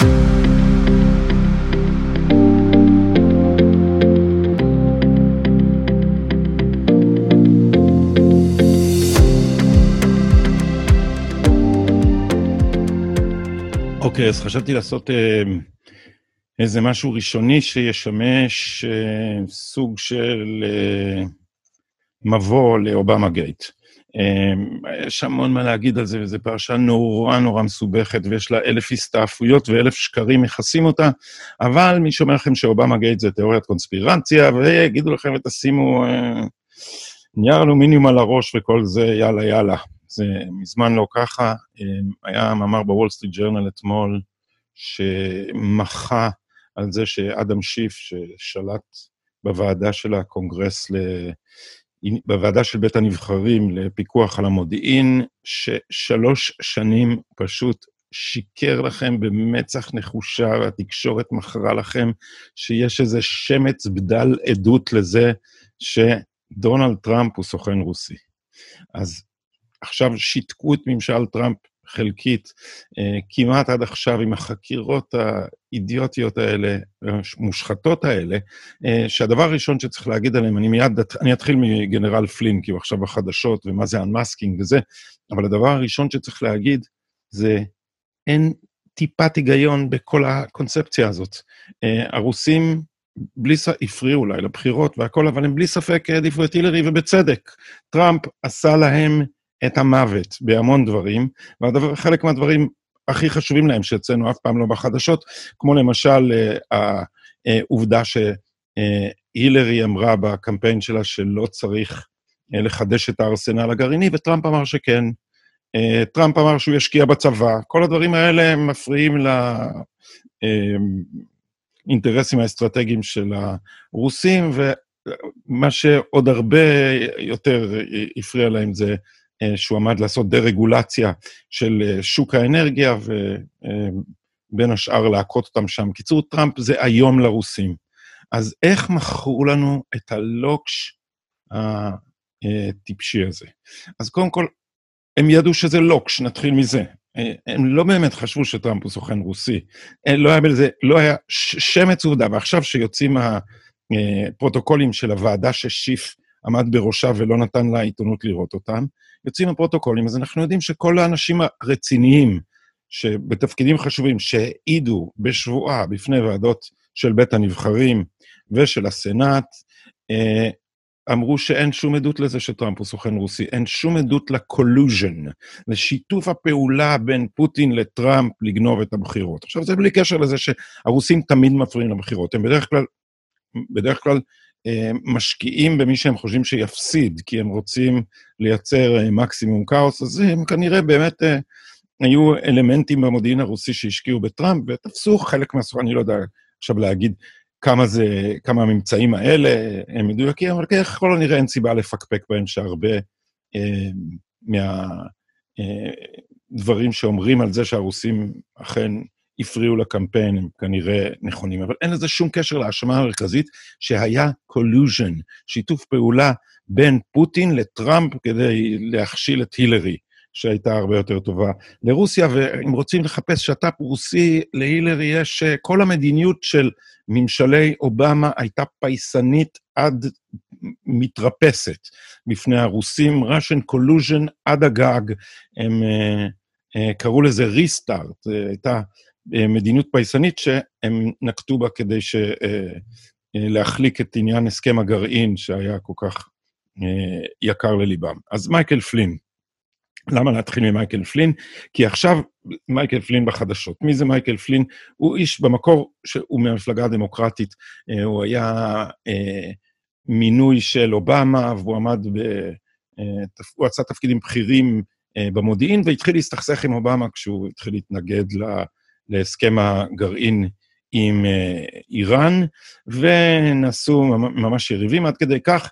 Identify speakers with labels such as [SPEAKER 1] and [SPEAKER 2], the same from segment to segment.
[SPEAKER 1] אוקיי, אז חשבתי לעשות איזה משהו ראשוני שישמש סוג של מבוא לאובמה גייט. יש המון מה להגיד על זה, וזו פרשה נורא נורא מסובכת, ויש לה 1000 הסתעפויות ו1000 שקרים מכסים אותה, אבל מי שאומר לכם שאובמה גייט זה תיאוריית קונספירציה, ויגידו לכם ותשימו נייר אלומיניום על הראש וכל זה, יאללה יאללה. זה מזמן לא ככה. היה מאמר בוול סטריט ג'ורנל אתמול, שמחה על זה שאדם שיף, ששלט בוועדה של הקונגרס, בוועדה של בית הנבחרים לפיקוח על המודיעין, ש3 שנים פשוט שיקר לכם במצח נחושה, והתקשורת מכרה לכם שיש איזה שמץ בדל עדות לזה שדונלד טראמפ הוא סוכן רוסי. אז עכשיו שיתקו את ממשל טראמפ חלקית, כמעט עד עכשיו עם החקירות האידיוטיות האלה, המושחתות האלה, שהדבר הראשון שצריך להגיד עליהם, אני אתחיל מגנרל פלין, כי הוא עכשיו בחדשות, ומה זה אנמאסקינג וזה, אבל הדבר הראשון שצריך להגיד, זה אין טיפת היגיון בכל הקונספציה הזאת. הרוסים הפריעו אולי לבחירות והכל, אבל הם בלי ספק העדיפו את הילרי, ובצדק. טראמפ עשה להם את המוות בהמון דברים, וחלק מהדברים הכי חשובים להם, שאצלנו אף פעם לא בחדשות, כמו למשל העובדה שהילרי אמרה בקמפיין שלה שלא צריך לחדש את הארסנל הגרעיני, וטראמפ אמר שכן. טראמפ אמר שהוא ישקיע בצבא. כל הדברים האלה הם מפריעים לאינטרסים האסטרטגיים של הרוסים, ומה שעוד הרבה יותר הפריע להם זה שהוא עמד לעשות דה-רגולציה של שוק האנרגיה, ובין השאר להכות אותם שם. קיצור, טראמפ זה היום לרוסים. אז איך מכרו לנו את הלוקש הטיפשי הזה? אז קודם כל, הם ידעו שזה לוקש, נתחיל מזה. הם לא באמת חשבו שטראמפ הוא סוכן רוסי. לא היה שמץ עובדה, ועכשיו שיוצאים הפרוטוקולים של הוועדה ששיף עמד בראשה ולא נתן לעיתונות לראות אותם, יוצאים הפרוטוקולים, אז אנחנו יודעים שכל האנשים הרציניים, שבתפקידים חשובים, שהעידו בשבועה בפני ועדות של בית הנבחרים ושל הסנאט, אמרו שאין שום עדות לזה שטראמפ הוא סוכן רוסי, אין שום עדות לקולוז'ן, לשיתוף הפעולה בין פוטין לטראמפ לגנוב את הבחירות. עכשיו זה בלי קשר לזה שהרוסים תמיד מפריעים לבחירות, הם בדרך כלל משקיעים במי שהם חושבים שיפסיד, כי הם רוצים לייצר מקסימום כאוס, אז הם כנראה באמת היו אלמנטים במודיעין הרוסי שהשקיעו בטראמפ, ותפסו חלק מהסוכן, אני לא יודע עכשיו להגיד כמה הממצאים האלה הם מדויקים, אבל ככל הנראה אין סיבה לפקפק בהם שהרבה מהדברים שאומרים על זה שהרוסים אכן הפריעו לקמפיין, הם כנראה נכונים, אבל אין לזה שום קשר להאשמה המרכזית, שהיה קולוז'ן, שיתוף פעולה בין פוטין לטראמפ, כדי להכשיל את הילרי, שהייתה הרבה יותר טובה לרוסיה, ואם רוצים לחפש שת"פ רוסי, להילרי יש כל המדיניות של ממשלי אובמה, הייתה פייסנית עד מתרפסת בפני הרוסים, Russian collusion עד הגג, הם קראו לזה ריסטארט, הייתה מדיניות פייסנית שהם נקטו בה כדי להחליק את עניין הסכם הגרעין שהיה כל כך יקר לליבם. אז מייקל פלין, למה להתחיל ממייקל פלין? כי עכשיו מייקל פלין בחדשות. מי זה מייקל פלין? הוא איש במקור שהוא מהמפלגה הדמוקרטית, הוא היה מינוי של אובמה, והוא הוא עשה תפקידים בכירים במודיעין, והתחיל להסתכסך עם אובמה כשהוא התחיל להתנגד להסכם הגרעין עם איראן, ונעשו ממש יריבים עד כדי כך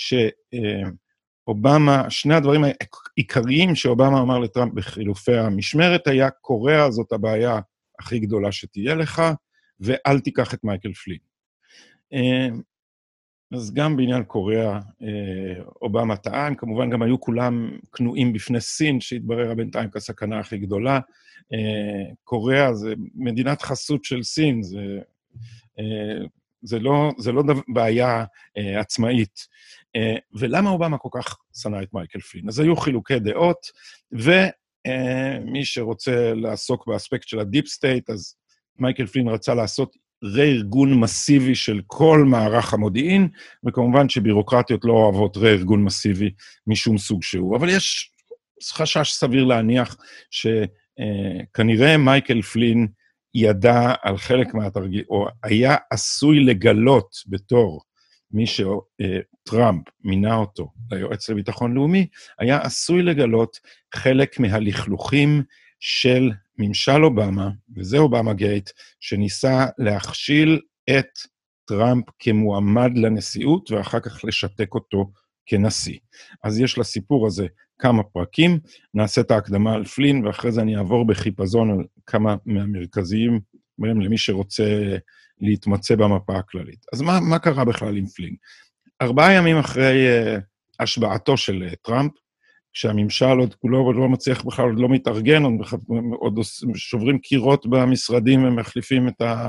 [SPEAKER 1] שאובמה, שני הדברים העיקריים שאובמה אמר לטראמפ בחילופי המשמרת, היה קוריאה זאת הבעיה הכי גדולה שתהיה לך, ואל תיקח את מייקל פלין. אז גם בעניין קוריאה, אובמה טען, כמובן גם היו כולם כנועים בפני סין, שהתבררה בינתיים כסכנה הכי גדולה. קוריאה זה מדינת חסות של סין, זה לא בעיה עצמאית. ולמה אובמה כל כך שנא את מייקל פלין? אז היו חילוקי דעות, ומי שרוצה לעסוק באספקט של הדיפ סטייט, אז מייקל פלין רצה לעשות רה-ארגון מסיבי של כל מערך המודיעין, וכמובן שבירוקרטיות לא אוהבות רה-ארגון מסיבי משום סוג שהוא. אבל יש חשש סביר להניח שכנראה מייקל פלין ידע על חלק מהתרגיל, או היה עשוי לגלות בתור מי שטראמפ מינה אותו ליועץ לביטחון לאומי, היה עשוי לגלות חלק מהלכלוכים של ממשל אובמה, וזה אובמה גייט, שניסה להכשיל את טראמפ כמועמד לנשיאות, ואחר כך לשתק אותו כנשיא. אז יש לסיפור הזה כמה פרקים, נעשה את ההקדמה על פלין, ואחרי זה אני אעבור בחיפזון על כמה מהמרכזיים, למי שרוצה להתמצא במפה הכללית. אז מה קרה בכלל עם פלין? 4 ימים אחרי השבעתו של טראמפ, כשהממשל עוד כולו לא מצליח בכלל, עוד לא מתארגן, עוד שוברים קירות במשרדים ומחליפים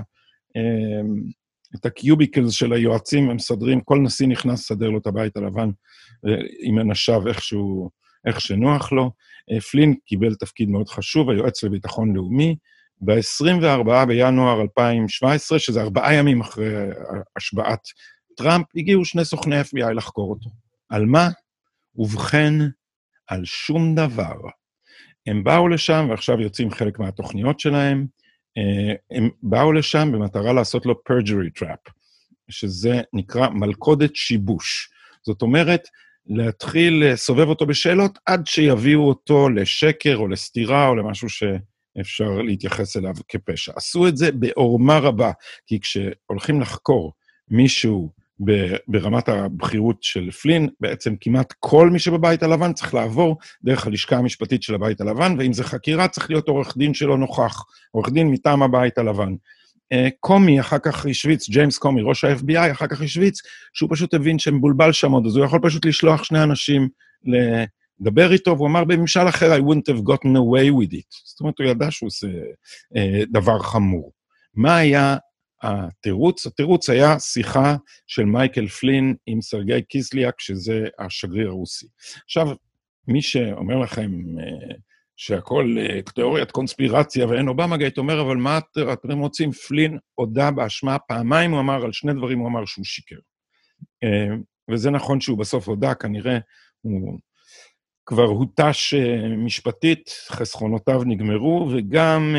[SPEAKER 1] את הקיוביקלס של היועצים, הם מסדרים, כל נשיא נכנס לסדר לו את הבית הלבן עם אנשיו איך שנוח לו. פלין קיבל תפקיד מאוד חשוב, היועץ לביטחון לאומי, ב-24 בינואר 2017, שזה 4 ימים אחרי השבעת טראמפ, הגיעו 2 סוכני FBI לחקור אותו. על מה? ובכן, על שום דבר. הם באו לשם, ועכשיו יוצאים חלק מהתוכניות שלהם, הם באו לשם במטרה לעשות לו perjury trap, שזה נקרא מלכודת שיבוש. זאת אומרת, להתחיל לסובב אותו בשאלות, עד שיביאו אותו לשקר או לסתירה או למשהו שאפשר להתייחס אליו כפשע. עשו את זה בעורמה רבה, כי כשהולכים לחקור מישהו ברמת הבחירות של פלין, בעצם כמעט כל מי שבבית הלבן צריך לעבור דרך הלשכה המשפטית של הבית הלבן, ואם זה חקירה צריך להיות עורך דין שלו נוכח, עורך דין מטעם הבית הלבן. קומי אחר כך השוויץ, ג'יימס קומי, ראש ה-FBI, אחר כך השוויץ, שהוא פשוט הבין שמבולבל שם עוד, אז הוא יכול פשוט לשלוח 2 אנשים לדבר איתו, והוא אמר בממשל אחר, I wouldn't have gotten away with it. זאת אומרת, הוא ידע שהוא עושה דבר חמור. מה היה התירוץ? התירוץ היה שיחה של מייקל פלין עם סרגי קיסליאק, שזה השגריר הרוסי. עכשיו, מי שאומר לכם שהכל תיאוריית קונספירציה ואין אובמה גייט, אומר, אבל מה אתם רוצים? פלין הודה באשמה פעמיים, הוא אמר על 2 דברים, הוא אמר שהוא שיקר. וזה נכון שהוא בסוף הודה, כנראה הוא כבר הוטש משפטית, חסכונותיו נגמרו, וגם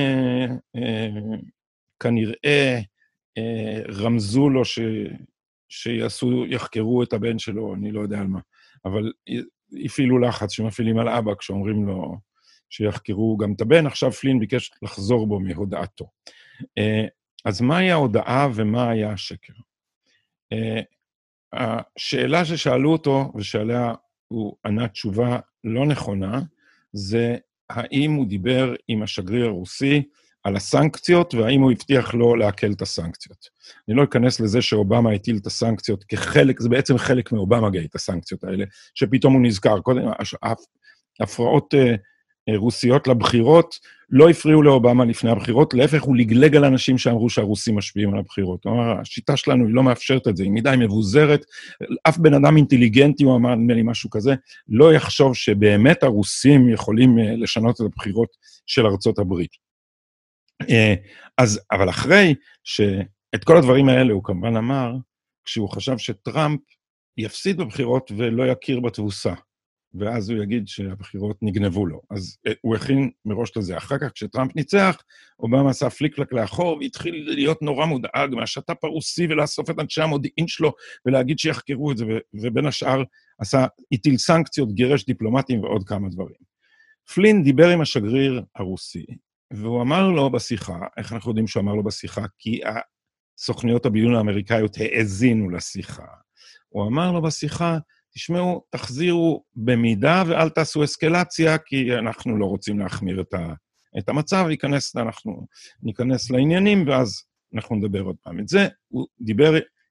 [SPEAKER 1] כנראה רמזו לו יחקרו את הבן שלו, אני לא יודע על מה, אבל הפעילו לחץ שמפעילים על אבא כשאומרים לו שיחקרו גם את הבן, עכשיו פלין ביקש לחזור בו מהודעתו. אז מהי ההודעה ומה היה השקר? השאלה ששאלו אותו, ושעליה הוא ענה תשובה לא נכונה, זה האם הוא דיבר עם השגריר הרוסי על הסנקציות, והאם הוא הבטיח לו להקל את הסנקציות. אני לא אכנס לזה שאובמה הטיל את הסנקציות כחלק, זה בעצם חלק מאובמה גייט, הסנקציות האלה, שפתאום הוא נזכר. קודם, הפרעות רוסיות לבחירות לא הפריעו לאובמה לפני הבחירות, להפך הוא לגלג על אנשים שאמרו שהרוסים משפיעים על הבחירות. הוא אמר, השיטה שלנו היא לא מאפשרת את זה, היא מדי מבוזרת, אף בן אדם אינטליגנטי, הוא אמר לי משהו כזה, לא יחשוב שבאמת הרוסים יכולים לשנות את הבחירות של ארצות הברית. אבל אחרי שאת כל הדברים האלה הוא כמובן אמר, כשהוא חשב שטראמפ יפסיד בבחירות ולא יכיר בתבוסה, ואז הוא יגיד שהבחירות נגנבו לו. אז הוא הכין מראש לזה. אחר כך, כשטראמפ ניצח, אובמה עשה פליקפלק לאחור, והתחיל להיות נורא מודאג מהשת"פ הרוסי, ולאסוף את אנשי המודיעין שלו, ולהגיד שיחקרו את זה, ובין השאר הטיל סנקציות, גירש דיפלומטים ועוד כמה דברים. פלין דיבר עם השגריר הרוסי, והוא אמר לו בשיחה, איך אנחנו יודעים שהוא אמר לו בשיחה? כי הסוכניות הביון האמריקאיות האזינו לשיחה. הוא אמר לו בשיחה, תשמעו, תחזירו במידה ואל תעשו אסקלציה, כי אנחנו לא רוצים להחמיר את המצב, אנחנו ניכנס לעניינים, ואז אנחנו נדבר עוד פעם. את זה הוא דיבר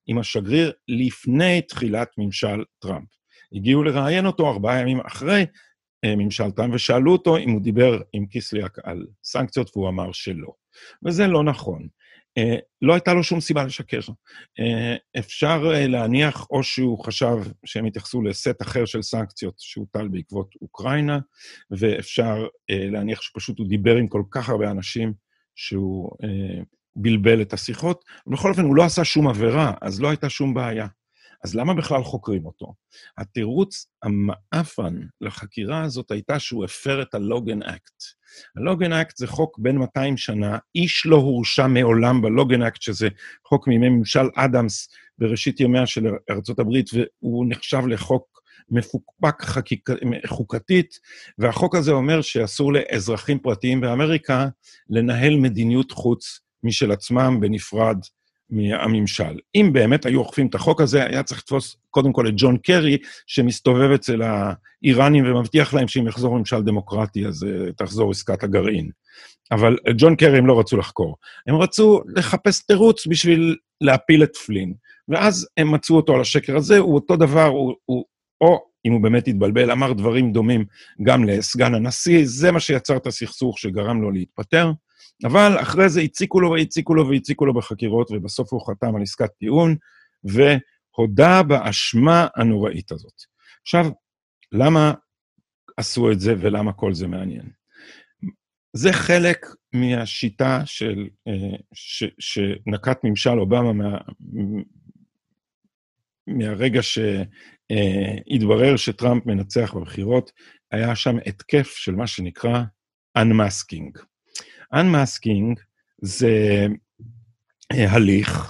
[SPEAKER 1] עם השגריר לפני תחילת ממשל טראמפ. הגיעו לראיין אותו 4 ימים אחרי ממשל טראמפ, ושאלו אותו אם הוא דיבר עם קיסליאק על סנקציות, והוא אמר שלא. וזה לא נכון. לא הייתה לו שום סיבה לשקר. אפשר להניח, או שהוא חשב שהם התייחסו לסט אחר של סנקציות שהוטל בעקבות אוקראינה, ואפשר להניח שפשוט הוא דיבר עם כל כך הרבה אנשים שהוא בלבל את השיחות. בכל אופן, הוא לא עשה שום עבירה, אז לא הייתה שום בעיה. אז למה בכלל חוקרים אותו? התירוץ המאפן לחקירה הזאת הייתה שהוא הפר את הלוגן אקט. הלוגן אקט זה חוק בין 200 שנה, איש לא הורשע מעולם בלוגן אקט, שזה חוק מימי ממשל אדמס בראשית ימיה של ארצות הברית, והוא נחשב לחוק מפוקפק חוקתית, והחוק הזה אומר שאסור לאזרחים פרטיים באמריקה לנהל מדיניות חוץ משל עצמם בנפרד מהממשל. אם באמת היו אוכפים את החוק הזה, היה צריך לתפוס קודם כל את ג'ון קרי, שמסתובב אצל האיראנים ומבטיח להם שאם יחזור ממשל דמוקרטי, אז תחזור עסקת הגרעין. אבל ג'ון קרי הם לא רצו לחקור. הם רצו לחפש תירוץ בשביל להפיל את פלין. ואז הם מצאו אותו על השקר הזה, הוא אותו דבר, או אם הוא באמת התבלבל, אמר דברים דומים גם לסגן הנשיא, זה מה שיצר את הסכסוך שגרם לו להתפטר, אבל אחרי זה הציקו לו והציקו לו והציקו לו בחקירות, ובסוף הוא חתם על עסקת טיעון, והודה באשמה הנוראית הזאת. עכשיו, למה עשו את זה ולמה כל זה מעניין? זה חלק מהשיטה שנקט ממשל אובמה מהרגע שהתברר שטראמפ מנצח בבחירות, היה שם התקף של מה שנקרא unmasking. unmasking זה הליך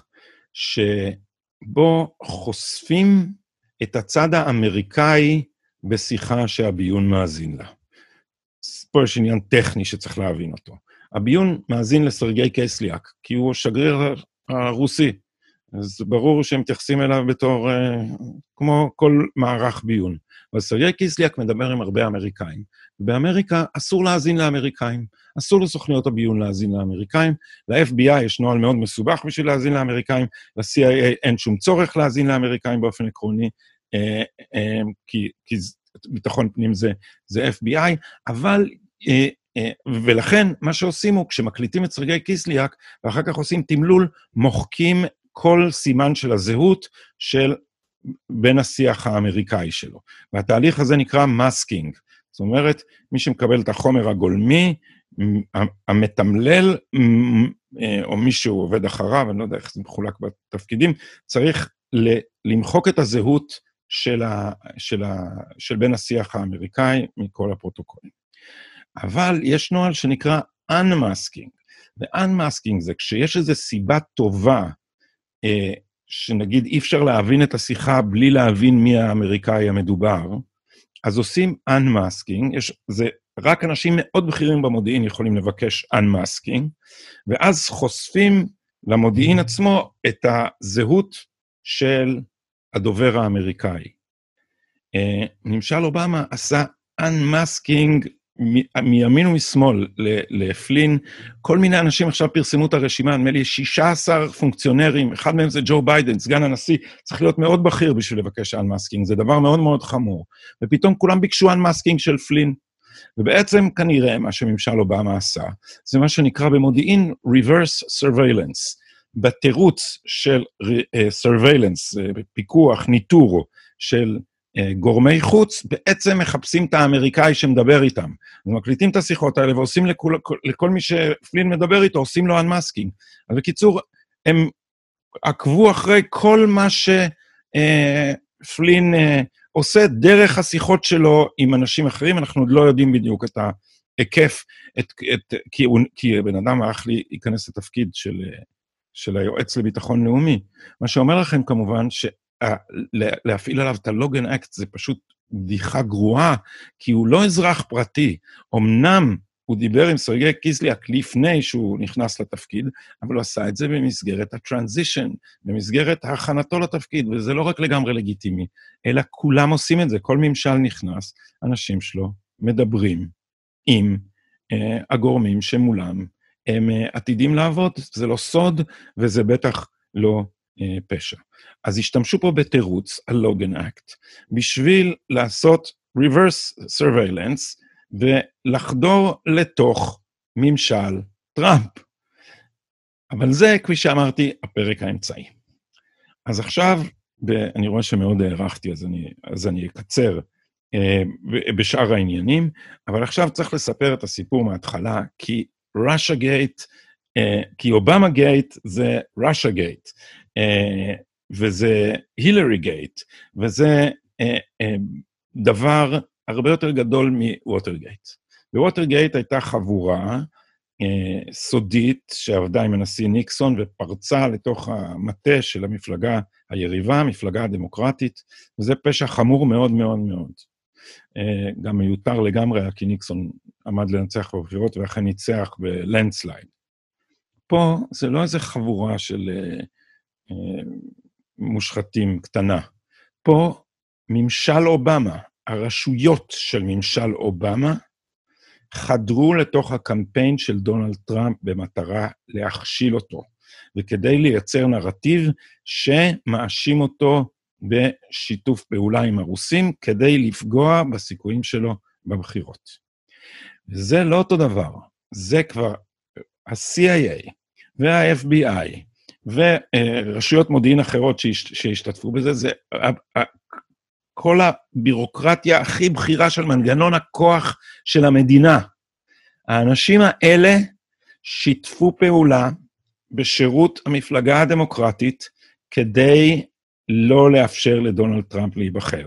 [SPEAKER 1] שבו חושפים את הצד האמריקאי בשיחה שהביון מאזין לה. פה יש עניין טכני שצריך להבין אותו. הביון מאזין לסרגי קיסליאק, כי הוא השגריר הרוסי. אז ברור שהם מתייחסים אליו בתור, כמו כל מערך ביון. אבל סרגי קיסליאק מדבר עם הרבה אמריקאים. באמריקה אסור להאזין לאמריקאים, אסור לסוכניות הביון להאזין לאמריקאים, ל-FBI יש נוהל מאוד מסובך בשביל להאזין לאמריקאים, ל-CIA אין שום צורך להאזין לאמריקאים באופן עקרוני, כי ביטחון פנים זה FBI, אבל, ולכן מה שעושים הוא, כשמקליטים את סרגי קיסליאק, ואחר כך עושים תמלול, מוחקים כל סימן של הזהות של בין השיח האמריקאי שלו. והתהליך הזה נקרא masking. זאת אומרת, מי שמקבל את החומר הגולמי, המתמלל, או מי שהוא עובד אחריו, אני לא יודע איך זה מחולק בתפקידים, צריך למחוק את הזהות של בין השיח האמריקאי מכל הפרוטוקולים. אבל יש נוהל שנקרא unmasking. ו-unmasking זה כשיש איזו סיבה טובה, שנגיד אי אפשר להבין את השיחה בלי להבין מי האמריקאי המדובר, אז עושים unmasking, זה רק אנשים מאוד בכירים במודיעין יכולים לבקש unmasking, ואז חושפים למודיעין עצמו את הזהות של הדובר האמריקאי. ממשל אובמה עשה unmasking מימין ומשמאל לפלין, כל מיני אנשים עכשיו פרסמו את הרשימה, נדמה לי 16 פונקציונרים, אחד מהם זה ג'ו ביידן, סגן הנשיא, צריך להיות מאוד בכיר בשביל לבקש unmasking, זה דבר מאוד מאוד חמור, ופתאום כולם ביקשו unmasking של פלין, ובעצם כנראה מה שממשל אובמה עשה, זה מה שנקרא במודיעין reverse surveillance, בתירוץ של surveillance, פיקוח, ניטור של גורמי חוץ, בעצם מחפשים את האמריקאי שמדבר איתם. ומקליטים את השיחות האלה, ועושים לכל מי שפלין מדבר איתו, עושים לו unmasking. אז בקיצור, הם עקבו אחרי כל מה שפלין עושה דרך השיחות שלו עם אנשים אחרים, אנחנו עוד לא יודעים בדיוק את ההיקף, כי בן אדם הלך להיכנס לתפקיד של היועץ לביטחון לאומי. מה שאומר לכם כמובן להפעיל עליו את הלוגן אקט זה פשוט בדיחה גרועה, כי הוא לא אזרח פרטי. אמנם הוא דיבר עם סרגי קיסליאק לפני שהוא נכנס לתפקיד, אבל הוא עשה את זה במסגרת הטרנזישן, במסגרת הכנתו לתפקיד, וזה לא רק לגמרי לגיטימי, אלא כולם עושים את זה. כל ממשל נכנס, אנשים שלו מדברים עם הגורמים שמולם, הם עתידים לעבוד, זה לא סוד, וזה בטח לא פשע. אז השתמשו פה בתירוץ, הלוגן אקט, בשביל לעשות reverse surveillance, ולחדור לתוך ממשל טראמפ. אבל זה, כפי שאמרתי, הפרק האמצעי. אז עכשיו, אני רואה שמאוד הערכתי, אז אני אקצר בשאר העניינים, אבל עכשיו צריך לספר את הסיפור מההתחלה, כי Russia Gate, כי אובמה גייט זה Russia Gate, וזה הילרי גייט, וזה דבר הרבה יותר גדול מווטרגייט. בווטרגייט הייתה חבורה סודית שעבדה עם הנשיא ניקסון ופרצה לתוך המטה של המפלגה היריבה, המפלגה הדמוקרטית, וזה פשע חמור מאוד מאוד מאוד. גם מיותר לגמרי, כי ניקסון עמד לנצח בבחירות ואכן ניצח בלנדסלייד. פה זה לא איזה חבורה של מושחתים קטנה. פה ממשל אובמה, הרשויות של ממשל אובמה, חדרו לתוך הקמפיין של דונלד טראמפ במטרה להכשיל אותו, וכדי לייצר נרטיב שמאשים אותו בשיתוף פעולה עם הרוסים, כדי לפגוע בסיכויים שלו בבחירות. זה לא אותו דבר, זה כבר ה-CIA וה-FBI ורשויות מודיעין אחרות שהשתתפו בזה, זה כל הבירוקרטיה הכי בכירה של מנגנון הכוח של המדינה. האנשים האלה שיתפו פעולה בשירות המפלגה הדמוקרטית כדי לא לאפשר לדונלד טראמפ להיבחר.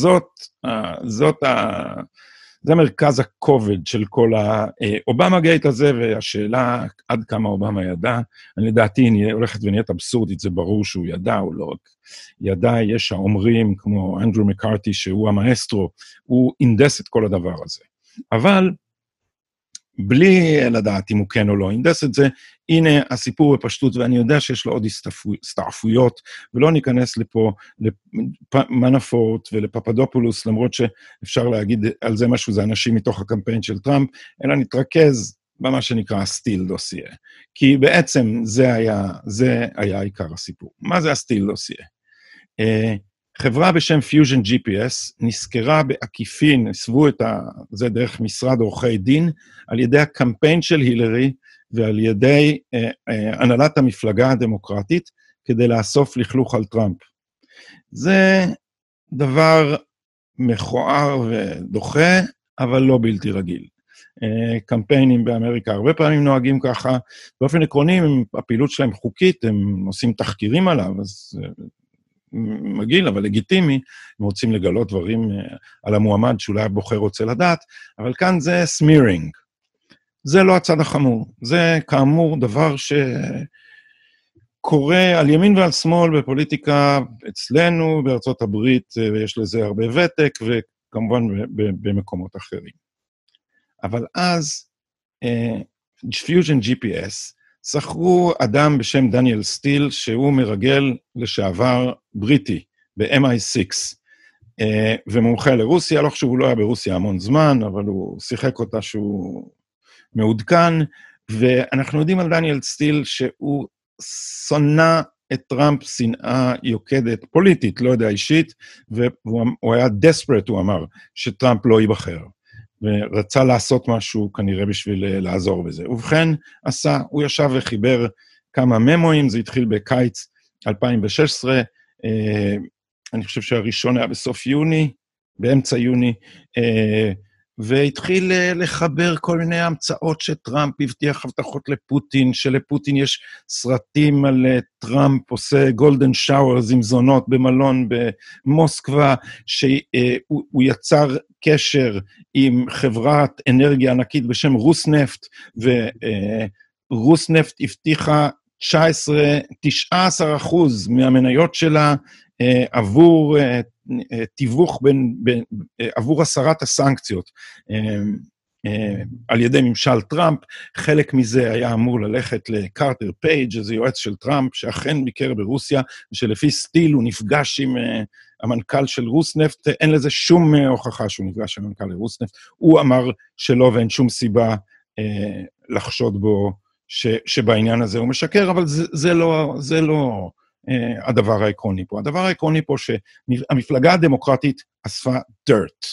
[SPEAKER 1] זה מרכז הכובד של כל האובמה גייט הזה, והשאלה עד כמה אובמה ידע, אני לדעתי הולכת ונהיית אבסורדית, זה ברור שהוא ידע, הוא לא רק ידע, יש האומרים כמו אנדרו מקארתי, שהוא המאסטרו, הוא אינדס את כל הדבר הזה. אבל בלי לדעת אם הוא כן או לא אינדס את זה, הנה הסיפור בפשטות, ואני יודע שיש לו עוד הסתעפויות, ולא ניכנס לפה למנפורט ולפפדופולוס, למרות שאפשר להגיד על זה משהו, זה אנשים מתוך הקמפיין של טראמפ, אלא נתרכז במה שנקרא הסטיל דוסייה. כי בעצם זה היה עיקר הסיפור. מה זה הסטיל דוסייה? חברה בשם Fusion GPS נזכרה בעקיפין, הסבו זה דרך משרד עורכי דין, על ידי הקמפיין של הילרי, ועל ידי הנהלת המפלגה הדמוקרטית, כדי לאסוף לכלוך על טראמפ. זה דבר מכוער ודוחה, אבל לא בלתי רגיל. קמפיינים באמריקה הרבה פעמים נוהגים ככה, באופן עקרוני, הפעילות שלהם חוקית, הם עושים תחקירים עליו, אז מגעיל, אבל לגיטימי, הם רוצים לגלות דברים על המועמד שאולי הבוחר רוצה לדעת, אבל כאן זה סמירינג. זה לא הצד החמור. זה כאמור דבר שקורה על ימין ועל שמאל בפוליטיקה אצלנו, בארצות הברית, ויש לזה הרבה ותק, וכמובן במקומות אחרים. אבל אז, Fusion GPS, שכרו אדם בשם דניאל סטיל, שהוא מרגל לשעבר בריטי, ב-MI6, ומומחה לרוסיה, לא חשוב, הוא לא היה ברוסיה המון זמן, אבל הוא שיחק אותה שהוא מעודכן, ואנחנו יודעים על דניאל סטיל שהוא שונא את טראמפ שנאה יוקדת, פוליטית, לא יודע, אישית, והוא היה desperate, הוא אמר, שטראמפ לא ייבחר. ורצה לעשות משהו כנראה בשביל לעזור בזה. ובכן, הוא ישב וחיבר כמה ממואים, זה התחיל בקיץ 2016, אני חושב שהראשון היה בסוף יוני, באמצע יוני, והתחיל לחבר כל מיני המצאות שטראמפ הבטיח הבטחות לפוטין, שלפוטין יש סרטים על טראמפ עושה גולדן שאוורס עם זונות במלון במוסקבה, שהוא יצר קשר עם חברת אנרגיה ענקית בשם רוסנפט, ורוסנפט הבטיחה 19% מהמניות שלה עבור תיווך עבור הסרת הסנקציות על ידי ממשל טראמפ. חלק מזה היה אמור ללכת לקארטר פייג', איזה יועץ של טראמפ, שאכן ביקר ברוסיה, ושלפי סטיל הוא נפגש עם המנכ"ל של רוסנפט, אין לזה שום הוכחה שהוא נפגש עם המנכ"ל לרוסנפט, הוא אמר שלא ואין שום סיבה לחשוד בו שבעניין הזה הוא משקר, אבל זה לא הדבר העקרוני פה. הדבר העקרוני פה שהמפלגה הדמוקרטית אספה dirt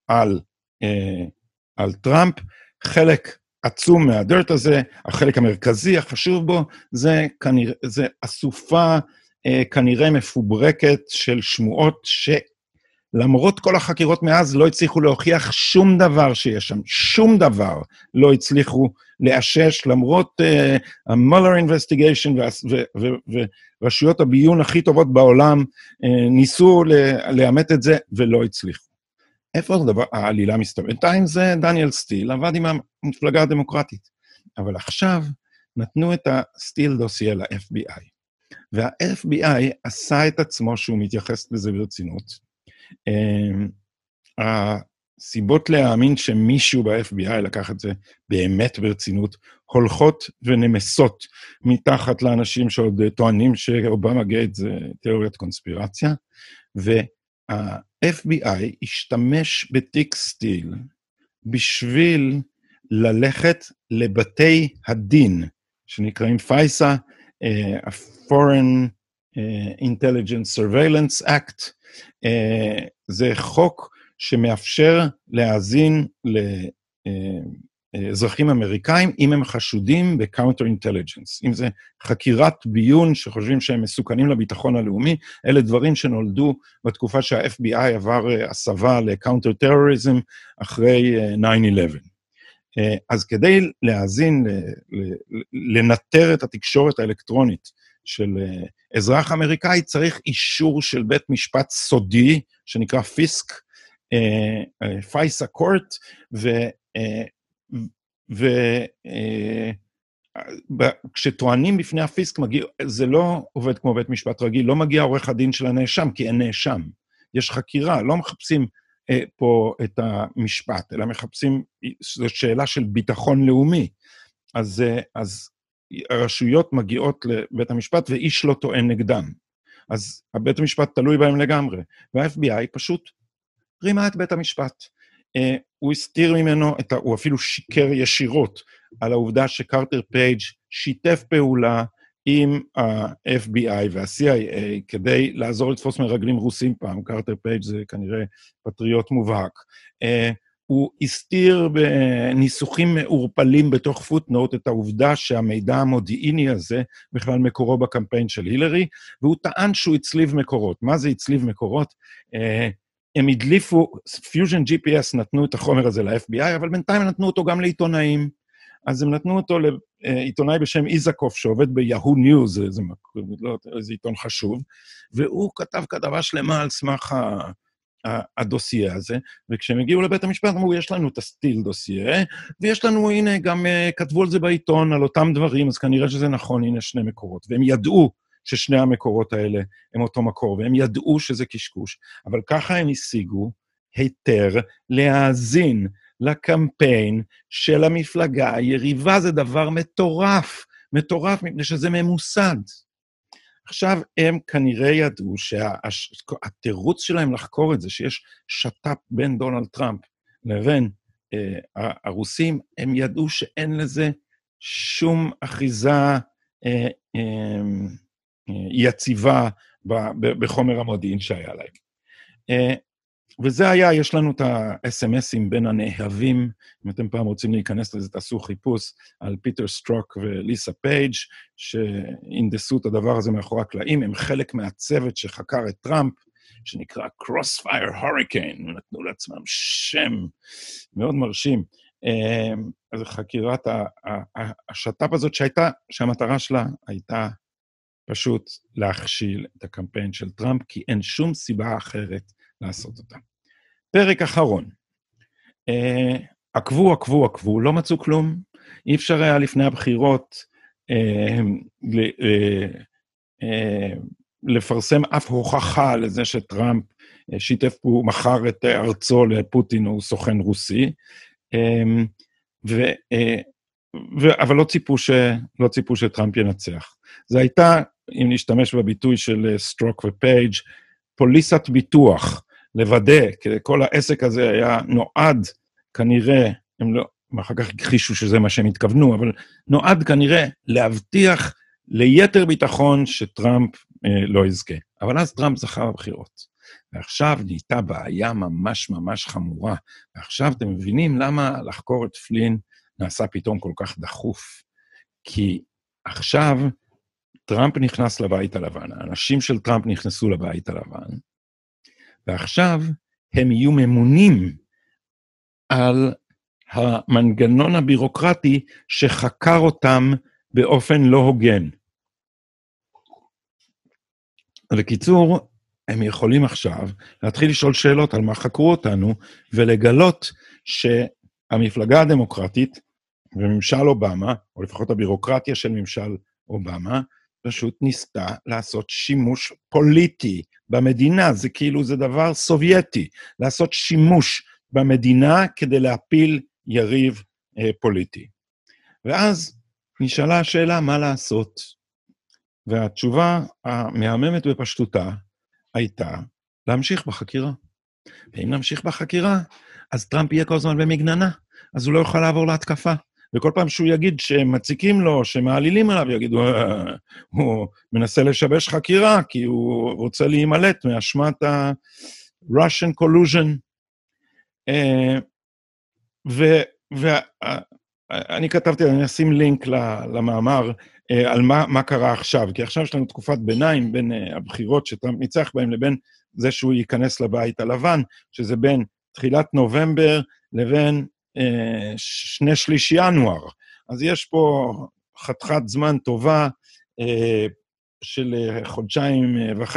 [SPEAKER 1] על טראמפ, חלק עצום מהדירט הזה, החלק המרכזי, החשוב בו, זה אסופה כנראה מפוברקת של שמועות שלמרות כל החקירות מאז לא הצליחו להוכיח שום דבר שיש שם, שום דבר לא הצליחו לאשש, למרות המולר אינבסטיגיישן ורשויות הביון הכי טובות בעולם ניסו לאמת את זה ולא הצליחו. איפה העלילה מסתובבת? בינתיים זה דניאל סטיל, עבד עם המפלגה הדמוקרטית. אבל עכשיו נתנו את הסטיל דוסייה ל-FBI. וה-FBI עשה את עצמו שהוא מתייחס לזה ברצינות. הסיבות להאמין שמישהו ב-FBI לקח את זה באמת ברצינות, הולכות ונמסות מתחת לאנשים שעוד טוענים שאובמה גייט זה תיאוריית קונספירציה, ה-FBI השתמש בתיק סטיל בשביל ללכת לבתי הדין, שנקראים פייסה, Foreign Intelligence Surveillance Act, זה חוק שמאפשר להאזין לאזרחים אמריקאים, אם הם חשודים ב-counter intelligence, אם זה חקירת ביון שחושבים שהם מסוכנים לביטחון הלאומי, אלה דברים שנולדו בתקופה שה-FBI עבר הסבה ל-counter terrorism אחרי 9/11. אז כדי להאזין, לנטר את התקשורת האלקטרונית של אזרח אמריקאי, צריך אישור של בית משפט סודי, שנקרא פיסק, פייסה קורט, כשטוענים בפני הפיסק, זה לא עובד כמו בית משפט רגיל, לא מגיע עורך הדין של הנאשם, כי אין נאשם. יש חקירה, לא מחפשים פה את המשפט, אלא מחפשים, זו שאלה של ביטחון לאומי. אז הרשויות מגיעות לבית המשפט, ואיש לא טוען נגדם. אז הבית המשפט תלוי בהם לגמרי. וה-FBI פשוט רימה את בית המשפט. הוא הסתיר ממנו, הוא אפילו שיקר ישירות, על העובדה שקרטר פייג' שיתף פעולה עם ה-FBI וה-CIA, כדי לעזור לתפוס מרגלים רוסים פעם. קרטר פייג' זה כנראה פטריוט מובהק. הוא הסתיר בניסוחים מעורפלים בתוך פוטנוט את העובדה שהמידע המודיעיני הזה בכלל מקורו בקמפיין של הילרי, והוא טען שהוא הצליב מקורות. מה זה הצליב מקורות? הם הדליפו, פיוז'ן GPS נתנו את החומר הזה ל-FBI, אבל בינתיים נתנו אותו גם לעיתונאים. אז הם נתנו אותו לעיתונאי בשם איזקוף, שעובד ביהו ניוז, איזה עיתון חשוב, והוא כתב כתבה שלמה על סמך הדוסייה הזה, וכשהם הגיעו לבית המשפט, אמרו, יש לנו את הסטיל דוסייה, ויש לנו, הנה, גם כתבו על זה בעיתון, על אותם דברים, אז כנראה שזה נכון, הנה שני מקורות, והם ידעו ששני המקורות האלה הם אותו מקור, והם ידעו שזה קשקוש, אבל ככה הם השיגו היתר להאזין לקמפיין של המפלגה היריבה. זה דבר מטורף, מטורף, מפני שזה ממוסד. עכשיו הם כנראה ידעו שהתירוץ שלהם לחקור את זה, שיש שת"פ בין דונלד טראמפ לבין הרוסים, הם ידעו שאין לזה שום אחיזה יציבה בחומר המודיעין שהיה להם. וזה היה, יש לנו את ה-SMSים בין הנאהבים, אם אתם פעם רוצים להיכנס לזה, תעשו חיפוש על פיטר סטרוק וליסה פייג' שהנדסו את הדבר הזה מאחורי הקלעים, הם חלק מהצוות שחקר את טראמפ, שנקרא Crossfire Hurricane, נתנו לעצמם שם מאוד מרשים. אז חקירת השת"פ הזאת שהמטרה שלה הייתה פשוט להכשיל את הקמפיין של טראמפ, כי אין שום סיבה אחרת לעשות אותה. פרק אחרון. עקבו, לא מצאו כלום. אי אפשר היה לפני הבחירות לפרסם אף הוכחה לזה שטראמפ שיתף פה, מכר את ארצו לפוטין או סוכן רוסי, אבל לא ציפו שטראמפ ינצח. זה הייתה, אם נשתמש בביטוי של סטרוק ופייג', פוליסת ביטוח, לוודא, כי כל העסק הזה היה נועד, כנראה, הם לא, אחר כך הכחישו שזה מה שהם התכוונו, אבל נועד כנראה להבטיח ליתר ביטחון שטראמפ לא יזכה. אבל אז טראמפ זכה בבחירות. ועכשיו נהייתה בעיה ממש ממש חמורה. ועכשיו אתם מבינים למה לחקור את פלין נעשה פתאום כל כך דחוף. כי עכשיו טראמפ נכנס לבית הלבן, האנשים של טראמפ נכנסו לבית הלבן, ועכשיו הם יהיו ממונים על המנגנון הבירוקרטי שחקר אותם באופן לא הוגן. בקיצור, הם יכולים עכשיו להתחיל לשאול שאלות על מה חקרו אותנו, ולגלות שהמפלגה הדמוקרטית וממשל אובמה, או לפחות הבירוקרטיה של ממשל אובמה, פשוט ניסתה לעשות שימוש פוליטי במדינה, זה כאילו זה דבר סובייטי, לעשות שימוש במדינה כדי להפיל יריב פוליטי. ואז נשאלה השאלה מה לעשות, והתשובה המהממת בפשטותה הייתה להמשיך בחקירה. ואם נמשיך בחקירה, אז טראמפ יהיה כל הזמן במגננה, אז הוא לא יוכל לעבור להתקפה. וכל פעם שהוא יגיד שמציקים לו, שמעלילים עליו, יגידו, הוא מנסה לשבש חקירה, כי הוא רוצה להימלט מאשמת ה-Russian collusion. ואני כתבתי, אני אשים לינק למאמר על מה קרה עכשיו, כי עכשיו יש לנו תקופת ביניים בין הבחירות שטראמפ ניצח בהם לבין זה שהוא ייכנס לבית הלבן, שזה בין תחילת נובמבר לבין 2/3 ינואר. אז יש פה חתיכת זמן טובה של 1.5 חודשים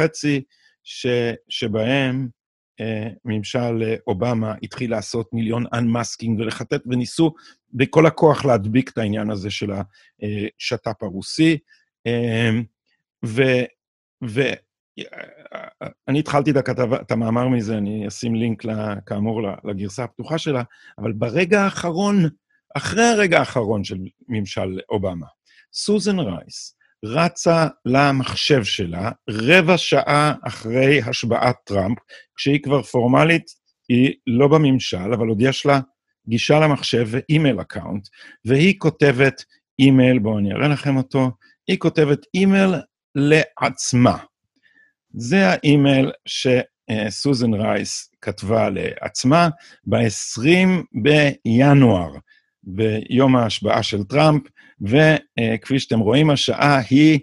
[SPEAKER 1] שבהם ממשל אובמה התחיל לעשות מיליון אנמאסקינג ולחטט, וניסו בכל הכוח להדביק את העניין הזה של השטאפ הרוסי, אני התחלתי את המאמר מזה, אני אשים לינק כאמור לגרסה הפתוחה שלה, אבל ברגע האחרון, אחרי הרגע האחרון של ממשל אובמה, סוזן רייס רצה למחשב שלה 15 אחרי השבעת טראמפ, כשהיא כבר פורמלית, היא לא בממשל, אבל עוד יש לה גישה למחשב ואימייל אקאונט, והיא כותבת אימייל, בואו אני אראה לכם אותו, היא כותבת אימייל לעצמה. זה האימייל שסוזן רייס כתבה לעצמה ב-20 בינואר, ביום ההשבעה של טראמפ, וכפי שאתם רואים, השעה היא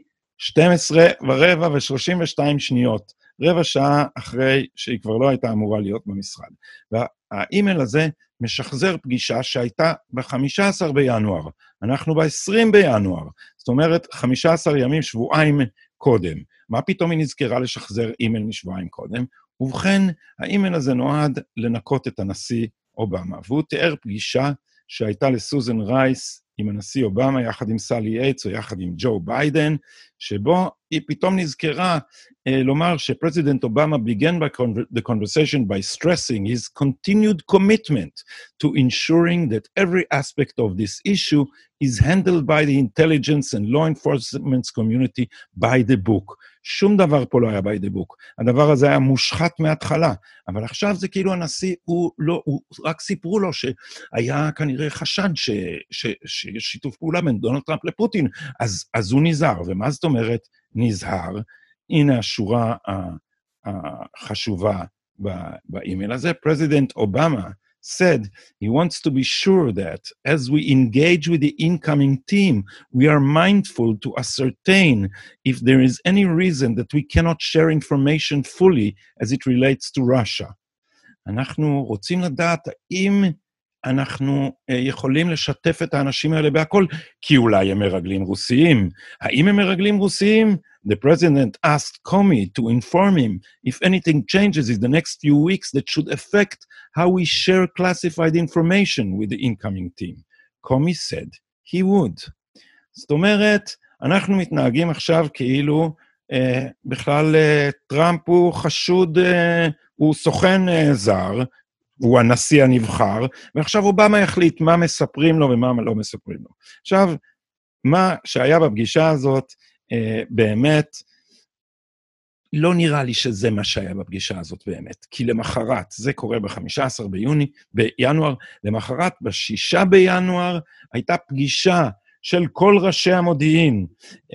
[SPEAKER 1] 12:32, רבע שעה אחרי שהיא כבר לא הייתה אמורה להיות במשרד. והאימייל הזה משחזר פגישה שהייתה ב-15 בינואר, אנחנו ב-20 בינואר, זאת אומרת 15 ימים, שבועיים קודם. מה פתאום היא נזכרה לשחזר אימייל משבועיים קודם? ובכן, האימייל הזה נועד לנקות את הנשיא אובמה, והוא תיאר פגישה שהייתה לסוזן רייס עם הנשיא אובמה, יחד עם סלי אייטס או יחד עם ג'ו ביידן, שבו היא פתאום נזכרה לומר שפרזידנט אובמה began the conversation by stressing his continued commitment to ensuring that every aspect of this issue is handled by the intelligence and law enforcement community by the book. שום דבר פה לא היה by the book. הדבר הזה היה מושחת מההתחלה, אבל עכשיו זה כאילו הנשיא, הוא רק סיפרו לו שהיה כנראה חשד שיש שיתוף פעולה בין דונלד טראמפ לפוטין, אז הוא נזהר. ומה זאת אומרת נזהר? הנה השורה החשובה באימייל הזה. President Obama said he wants to be sure that as we engage with the incoming team, we are mindful to ascertain if there is any reason that we cannot share information fully as it relates to Russia. אנחנו רוצים לדעת האם אנחנו יכולים לשתף את האנשים האלה בהכל, כי אולי הם מרגלים רוסיים. האם הם מרגלים רוסיים? The president asked Comey to inform him if anything changes in the next few weeks that should affect how we share classified information with the incoming team. Comey said he would. זאת אומרת, אנחנו מתנהגים עכשיו כאילו בכלל טראמפ הוא חשוד, הוא סוכן זר, הוא הנשיא הנבחר, ועכשיו אובמה יחליט מה מספרים לו ומה לא מספרים לו. עכשיו, מה שהיה בפגישה הזאת, באמת, לא נראה לי שזה מה שהיה בפגישה הזאת באמת, כי למחרת, זה קורה ב-15 בינואר, למחרת ב-6 בינואר, הייתה פגישה של כל ראשי המודיעין,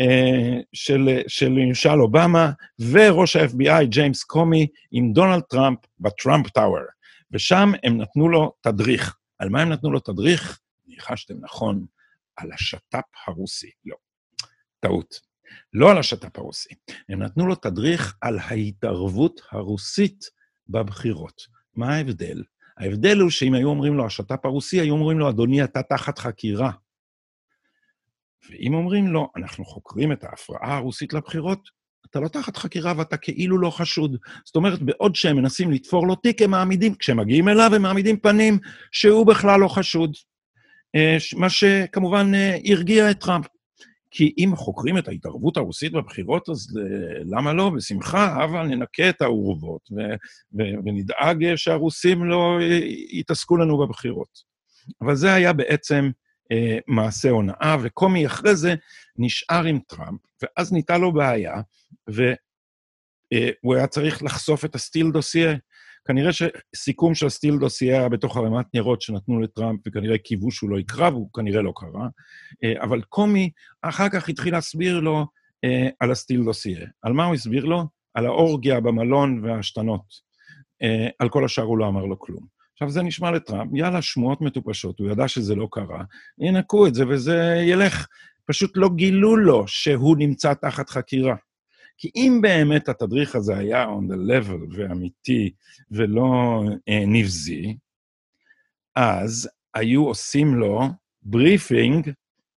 [SPEAKER 1] של ממשל אובמה, וראש ה-FBI, ג'יימס קומי, עם דונלד טראמפ בטראמפ טאוור. ושם הם נתנו לו תדריך. על מה הם נתנו לו תדריך? ניחשתם נכון, על השטאפ הרוסי. לא, טעות. לא על השטאפ הרוסי. הם נתנו לו תדריך על ההתערבות הרוסית בבחירות. מה ההבדל? ההבדל הוא שאם היו אומרים לו השטאפ הרוסי, היו אומרים לו, אדוני, אתה תחת חקירה. ואם אומרים לו, אנחנו חוקרים את ההפרעה הרוסית לבחירות, אתה לא תחת חקירה ואתה כאילו לא חשוד. זאת אומרת, בעוד שהם מנסים לתפור לו תיק, הם מעמידים, כשהם מגיעים אליו, הם מעמידים פנים שהוא בכלל לא חשוד. מה שכמובן הרגיע את טראמפ. כי אם חוקרים את ההתערבות הרוסית בבחירות, אז למה לא? בשמחה, אבל ננקה את העורבות, ונדאג שהרוסים לא יתעסקו לנו בבחירות. אבל זה היה בעצם מעשה הונאה, וקומי אחרי זה נשאר עם טראמפ, ואז ניתה לו בעיה, והוא היה צריך לחשוף את הסטיל דוסייה. כנראה שסיכום של הסטיל דוסייה היה בתוך הרמת ניירות שנתנו לטראמפ, וכנראה קיוו שהוא לא יקרא, והוא כנראה לא קרא, אבל קומי אחר כך התחיל להסביר לו על הסטיל דוסייה. על מה הוא הסביר לו? על האורגיה במלון והשתנות. על כל השאר הוא לא אמר לו כלום. עכשיו זה נשמע לטראמפ, יאללה, שמועות מטופשות, הוא ידע שזה לא קרה, ינקו את זה וזה ילך. פשוט לא גילו לו שהוא נמצא תחת חקירה. כי אם באמת התדריך הזה היה on the level ואמיתי ולא נבזי, אז היו עושים לו בריפינג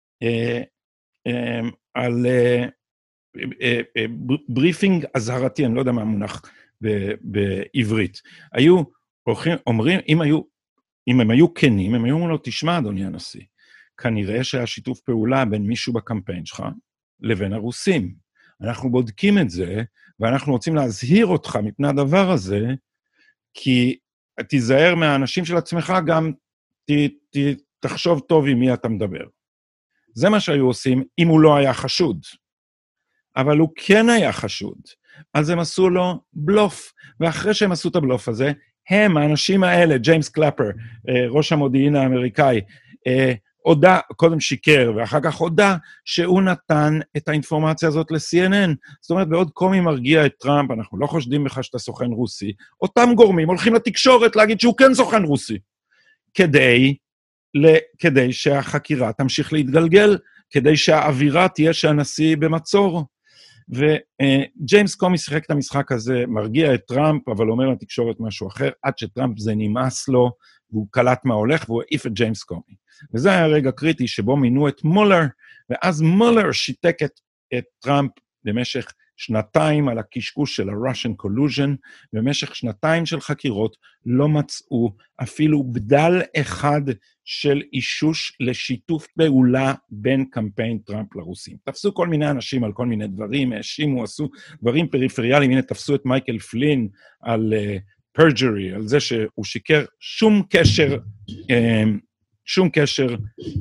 [SPEAKER 1] על בריפינג אזהרתי, אני לא יודע מה המונח בעברית. היו אומרים, אם הם היו כנים, הם היו אומרים לו, תשמע, אדוני הנשיא, כנראה שהיה שיתוף פעולה בין מישהו בקמפיין שלך לבין הרוסים. אנחנו בודקים את זה, ואנחנו רוצים להזהיר אותך מפני הדבר הזה, כי תיזהר מהאנשים של עצמך, גם תחשוב טוב עם מי אתה מדבר. זה מה שהיו עושים אם הוא לא היה חשוד. אבל הוא כן היה חשוד. אז הם עשו לו בלוף, ואחרי שהם עשו את הבלוף הזה, הם, האנשים האלה, ג'יימס קלאפר, ראש המודיעין האמריקאי, הודע, קודם שיקר, ואחר כך הודע שהוא נתן את האינפורמציה הזאת ל-CNN. זאת אומרת, בעוד קומי מרגיע את טראמפ, אנחנו לא חושדים בך שאתה סוכן רוסי, אותם גורמים הולכים לתקשורת להגיד שהוא כן סוכן רוסי, כדי שהחקירה תמשיך להתגלגל, כדי שהאווירה תהיה שהנשיא במצור. וג'יימס קומי שיחק את המשחק הזה, מרגיע את טראמפ, אבל אומר לתקשורת משהו אחר, עד שטראמפ זה נמאס לו, והוא קלט מה הולך, והוא העיף את ג'יימס קומי. וזה היה רגע קריטי שבו מינו את מולר, ואז מולר שיתק את טראמפ במשך שנתיים על הקשקוש של ה-Russian collusion, במשך שנתיים של חקירות לא מצאו אפילו בדל אחד של אישוש לשיתוף פעולה בין קמפיין טראמפ לרוסים. תפסו כל מיני אנשים על כל מיני דברים, האשימו, עשו דברים פריפריאליים, הנה תפסו את מייקל פלין על perjury, על זה שהוא שיקר, שום קשר,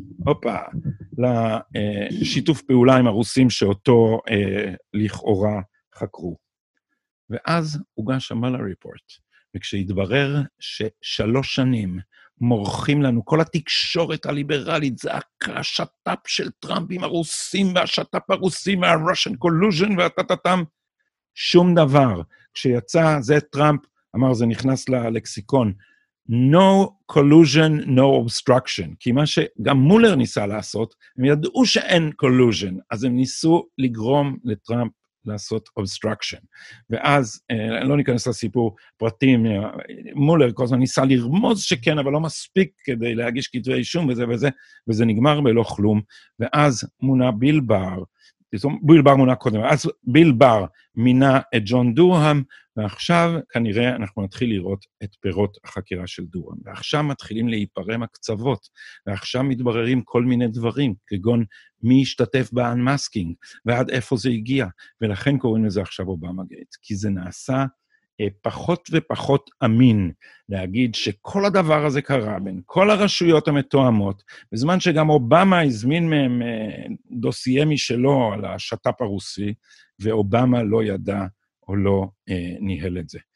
[SPEAKER 1] לשיתוף פעולה עם הרוסים שאותו לכאורה חקרו. ואז הוגש המאלר ריפורט, וכשהתברר ש3 שנים מורחים לנו, כל התקשורת הליברלית, זה השטאפ של טראמפ עם הרוסים, והשטאפ הרוסים, וה-Russian collusion, והטטטם, שום דבר. כשיצא, זה טראמפ, אמר, זה נכנס ללקסיקון, no collusion, no obstruction, כי מה שגם מולר ניסה לעשות, הם ידעו שאין collusion, אז הם ניסו לגרום לטראמפ לעשות obstruction. ואז, לא ניכנס לסיפור פרטים, מולר כל הזמן ניסה לרמוז שכן, אבל לא מספיק כדי להגיש כתבי אישום וזה נגמר בלא כלום, ואז מונה ביל בר מונה קודם, אז ביל בר מינה את ג'ון דורהם, ועכשיו כנראה אנחנו נתחיל לראות את פירות החקירה של דורהם, ועכשיו מתחילים להיפרם הקצוות, ועכשיו מתבררים כל מיני דברים, כגון מי השתתף באנמאסקינג, ועד איפה זה הגיע, ולכן קוראים לזה עכשיו אובמה גייט, כי זה נעשה פחות ופחות אמין להגיד שכל הדבר הזה קרה בין כל הרשויות המתואמות, בזמן שגם אובמה הזמין מהם דוסייה משלו על השטאפ הרוסי, ואובמה לא ידע או לא ניהל את זה.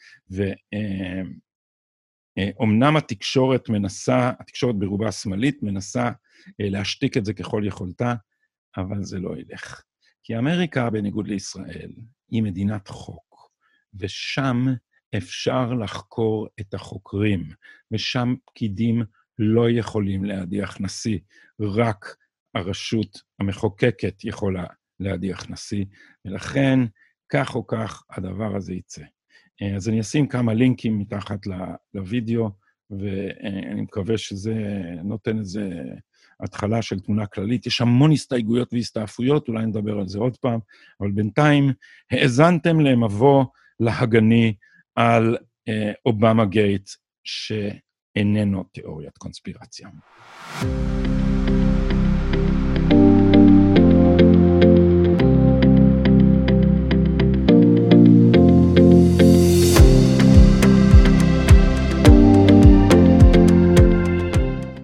[SPEAKER 1] ואומנם התקשורת ברובה השמאלית מנסה להשתיק את זה ככל יכולתה, אבל זה לא ילך. כי אמריקה, בניגוד לישראל, היא מדינת חוק, ושם אפשר לחקור את החוקרים, ושם פקידים לא יכולים להדיח נשיא, רק הרשות המחוקקת יכולה להדיח נשיא, ולכן, כך או כך, הדבר הזה יצא. אז אני אשים כמה לינקים מתחת לוידאו, ואני מקווה שזה נותן איזה התחלה של תמונה כללית. יש המון הסתייגויות והסתעפויות, אולי נדבר על זה עוד פעם, אבל בינתיים האזנתם למבוא להגני על אובמה גייט, שאיננו תיאוריית קונספירציה.